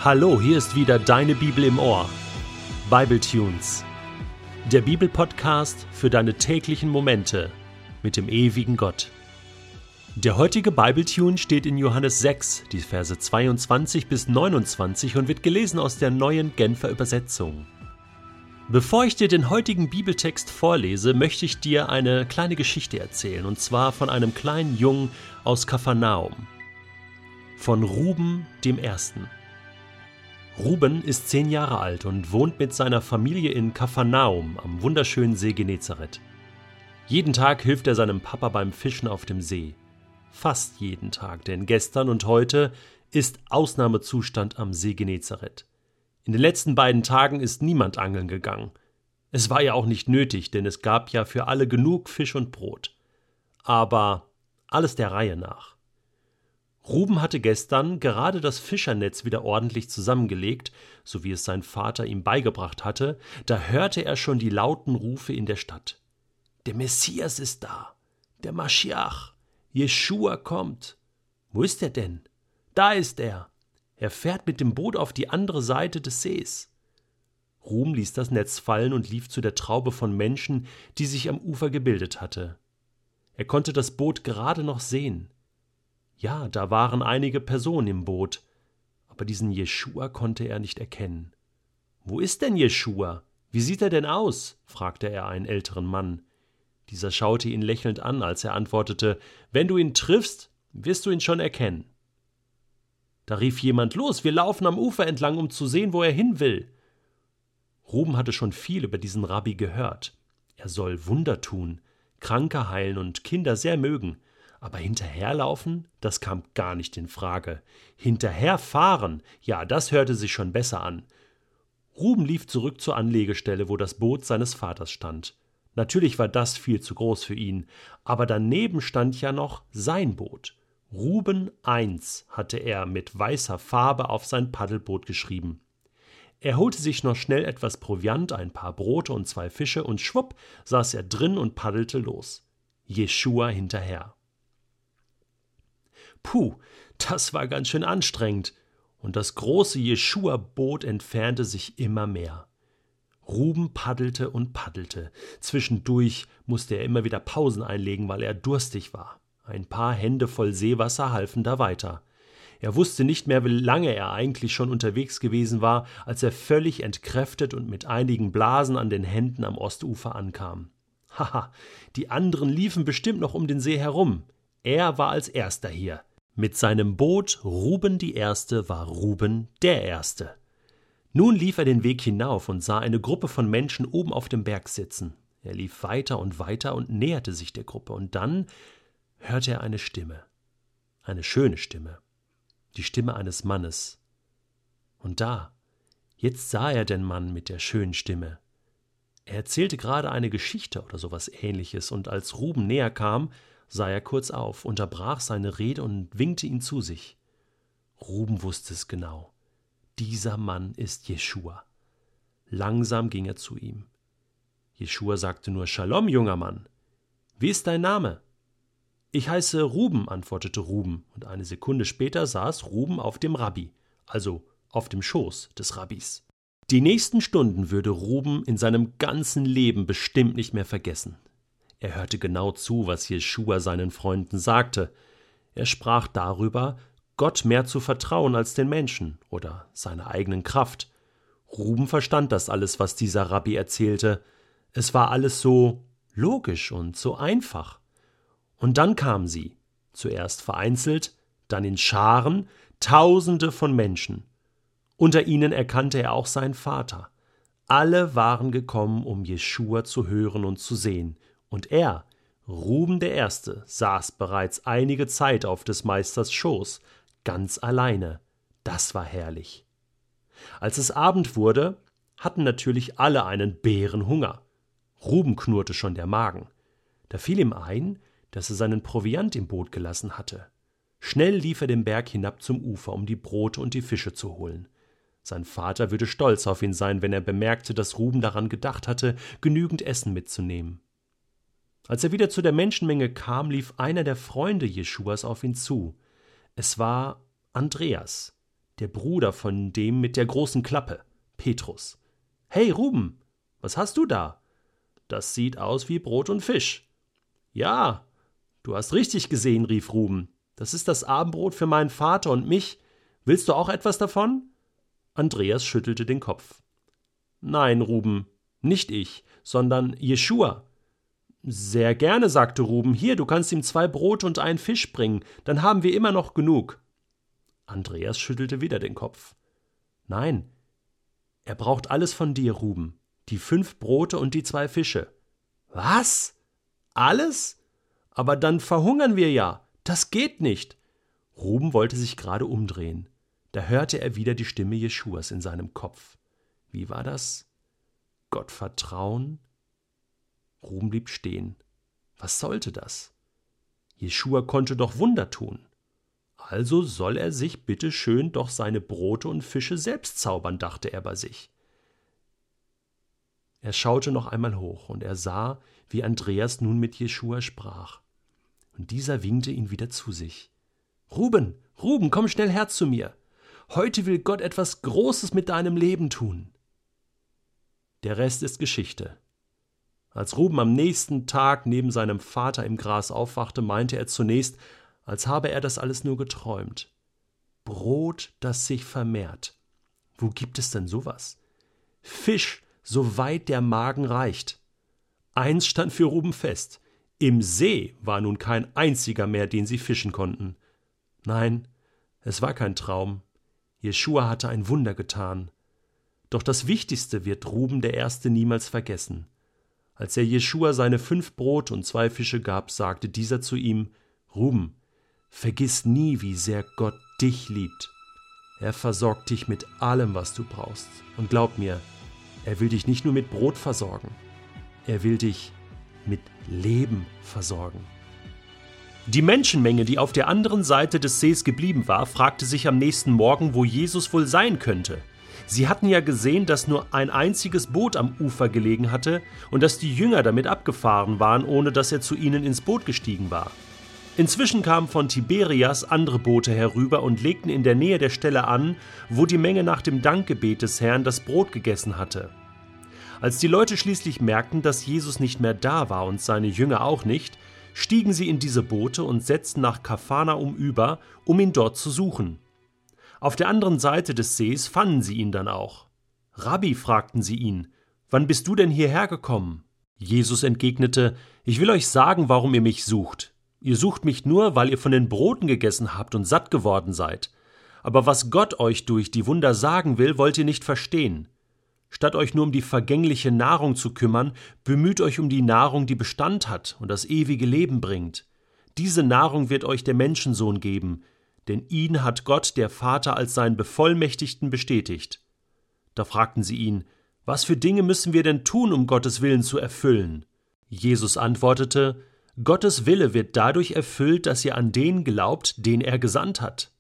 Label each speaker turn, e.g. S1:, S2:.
S1: Hallo, hier ist wieder deine Bibel im Ohr. Bible Tunes. Der Bibelpodcast für deine täglichen Momente mit dem ewigen Gott. Der heutige Bible Tune steht in Johannes 6, die Verse 22 bis 29 und wird gelesen aus der neuen Genfer Übersetzung. Bevor ich dir den heutigen Bibeltext vorlese, möchte ich dir eine kleine Geschichte erzählen, und zwar von einem kleinen Jungen aus Kapernaum. Von Ruben dem Ersten. Ruben ist 10 Jahre alt und wohnt mit seiner Familie in Kapernaum am wunderschönen See Genezareth. Jeden Tag hilft er seinem Papa beim Fischen auf dem See. Fast jeden Tag, denn gestern und heute ist Ausnahmezustand am See Genezareth. In den letzten beiden Tagen ist niemand angeln gegangen. Es war ja auch nicht nötig, denn es gab ja für alle genug Fisch und Brot. Aber alles der Reihe nach. Ruben hatte gestern gerade das Fischernetz wieder ordentlich zusammengelegt, so wie es sein Vater ihm beigebracht hatte, da hörte er schon die lauten Rufe in der Stadt. Der Messias ist da, der Maschiach, Jeschua kommt. Wo ist er denn? Da ist er. Er fährt mit dem Boot auf die andere Seite des Sees. Ruben ließ das Netz fallen und lief zu der Traube von Menschen, die sich am Ufer gebildet hatte. Er konnte das Boot gerade noch sehen. Ja, da waren einige Personen im Boot, aber diesen Jeschua konnte er nicht erkennen. »Wo ist denn Jeschua? Wie sieht er denn aus?« fragte er einen älteren Mann. Dieser schaute ihn lächelnd an, als er antwortete, »Wenn du ihn triffst, wirst du ihn schon erkennen.« Da rief jemand, »Los, wir laufen am Ufer entlang, um zu sehen, wo er hin will.« Ruben hatte schon viel über diesen Rabbi gehört. Er soll Wunder tun, Kranke heilen und Kinder sehr mögen. Aber hinterherlaufen, das kam gar nicht in Frage. Hinterherfahren, ja, das hörte sich schon besser an. Ruben lief zurück zur Anlegestelle, wo das Boot seines Vaters stand. Natürlich war das viel zu groß für ihn, aber daneben stand ja noch sein Boot. Ruben I hatte er mit weißer Farbe auf sein Paddelboot geschrieben. Er holte sich noch schnell etwas Proviant, ein paar Brote und 2 Fische, und schwupp saß er drin und paddelte los. Jeschua hinterher. Puh, das war ganz schön anstrengend, und das große Jeschua-Boot entfernte sich immer mehr. Ruben paddelte und paddelte. Zwischendurch musste er immer wieder Pausen einlegen, weil er durstig war. Ein paar Hände voll Seewasser halfen da weiter. Er wusste nicht mehr, wie lange er eigentlich schon unterwegs gewesen war, als er völlig entkräftet und mit einigen Blasen an den Händen am Ostufer ankam. Haha, die anderen liefen bestimmt noch um den See herum. Er war als Erster hier. Mit seinem Boot Ruben die Erste war Ruben der Erste. Nun lief er den Weg hinauf und sah eine Gruppe von Menschen oben auf dem Berg sitzen. Er lief weiter und näherte sich der Gruppe, und dann hörte er eine Stimme. Eine schöne Stimme. Die Stimme eines Mannes. Und jetzt sah er den Mann mit der schönen Stimme. Er erzählte gerade eine Geschichte oder sowas Ähnliches, und als Ruben näher kam, sah er kurz auf, unterbrach seine Rede und winkte ihn zu sich. Ruben wusste es genau. Dieser Mann ist Jeschua. Langsam ging er zu ihm. Jeschua sagte nur, »Shalom, junger Mann. Wie ist dein Name?« »Ich heiße Ruben«, antwortete Ruben, und eine Sekunde später saß Ruben auf dem Rabbi, also auf dem Schoß des Rabbis. Die nächsten Stunden würde Ruben in seinem ganzen Leben bestimmt nicht mehr vergessen. Er hörte genau zu, was Jeschua seinen Freunden sagte. Er sprach darüber, Gott mehr zu vertrauen als den Menschen oder seiner eigenen Kraft. Ruben verstand das alles, was dieser Rabbi erzählte. Es war alles so logisch und so einfach. Und dann kamen sie, zuerst vereinzelt, dann in Scharen, Tausende von Menschen. Unter ihnen erkannte er auch seinen Vater. Alle waren gekommen, um Jeschua zu hören und zu sehen. Und er, Ruben der Erste, saß bereits einige Zeit auf des Meisters Schoß, ganz alleine. Das war herrlich. Als es Abend wurde, hatten natürlich alle einen Bärenhunger. Ruben knurrte schon der Magen. Da fiel ihm ein, dass er seinen Proviant im Boot gelassen hatte. Schnell lief er den Berg hinab zum Ufer, um die Brote und die Fische zu holen. Sein Vater würde stolz auf ihn sein, wenn er bemerkte, dass Ruben daran gedacht hatte, genügend Essen mitzunehmen. Als er wieder zu der Menschenmenge kam, lief einer der Freunde Jeschuas auf ihn zu. Es war Andreas, Der Bruder von dem mit der großen Klappe, Petrus. »Hey, Ruben, was hast du da?« »Das sieht aus wie Brot und Fisch.« »Ja, du hast richtig gesehen«, rief Ruben. »Das ist das Abendbrot für meinen Vater und mich. Willst du auch etwas davon?« Andreas schüttelte den Kopf. »Nein, Ruben, nicht ich, sondern Jeschua.« »Sehr gerne«, sagte Ruben. »Hier, du kannst ihm 2 Brote und einen Fisch bringen, dann haben wir immer noch genug.« Andreas schüttelte wieder den Kopf. »Nein, er braucht alles von dir, Ruben, die 5 Brote und die 2 Fische.« »Was? Alles? Aber dann verhungern wir ja. Das geht nicht.« Ruben wollte sich gerade umdrehen. Da hörte er wieder die Stimme Jeschuas in seinem Kopf. Wie war das? Gott vertrauen? Ruben blieb stehen. Was sollte das? Jeschua konnte doch Wunder tun. Also soll er sich bitte schön doch seine Brote und Fische selbst zaubern, dachte er bei sich. Er schaute noch einmal hoch, und er sah, wie Andreas nun mit Jeschua sprach. Und dieser winkte ihn wieder zu sich. »Ruben, Ruben, komm schnell her zu mir. Heute will Gott etwas Großes mit deinem Leben tun.« Der Rest ist Geschichte. Als Ruben am nächsten Tag neben seinem Vater im Gras aufwachte, meinte er zunächst, als habe er das alles nur geträumt. Brot, das sich vermehrt. Wo gibt es denn sowas? Fisch, soweit der Magen reicht. Eins stand für Ruben fest: Im See war nun kein einziger mehr, den sie fischen konnten. Nein, es war kein Traum. Jeschua hatte ein Wunder getan. Doch das Wichtigste wird Ruben der Erste niemals vergessen. Als er Jeschua seine 5 Brot und 2 Fische gab, sagte dieser zu ihm: Ruben, vergiss nie, wie sehr Gott dich liebt. Er versorgt dich mit allem, was du brauchst. Und glaub mir, er will dich nicht nur mit Brot versorgen, er will dich mit Leben versorgen. Die Menschenmenge, die auf der anderen Seite des Sees geblieben war, fragte sich am nächsten Morgen, wo Jesus wohl sein könnte. Sie hatten ja gesehen, dass nur ein einziges Boot am Ufer gelegen hatte und dass die Jünger damit abgefahren waren, ohne dass er zu ihnen ins Boot gestiegen war. Inzwischen kamen von Tiberias andere Boote herüber und legten in der Nähe der Stelle an, wo die Menge nach dem Dankgebet des Herrn das Brot gegessen hatte. Als die Leute schließlich merkten, dass Jesus nicht mehr da war und seine Jünger auch nicht, stiegen sie in diese Boote und setzten nach Kapharnaum über, um ihn dort zu suchen. Auf der anderen Seite des Sees fanden sie ihn dann auch. »Rabbi«, fragten sie ihn, »wann bist du denn hierher gekommen?« Jesus entgegnete: »Ich will euch sagen, warum ihr mich sucht. Ihr sucht mich nur, weil ihr von den Broten gegessen habt und satt geworden seid. Aber was Gott euch durch die Wunder sagen will, wollt ihr nicht verstehen. Statt euch nur um die vergängliche Nahrung zu kümmern, bemüht euch um die Nahrung, die Bestand hat und das ewige Leben bringt. Diese Nahrung wird euch der Menschensohn geben, denn ihn hat Gott, der Vater, als seinen Bevollmächtigten bestätigt.« Da fragten sie ihn: »Was für Dinge müssen wir denn tun, um Gottes Willen zu erfüllen?« Jesus antwortete: »Gottes Wille wird dadurch erfüllt, dass ihr an den glaubt, den er gesandt hat.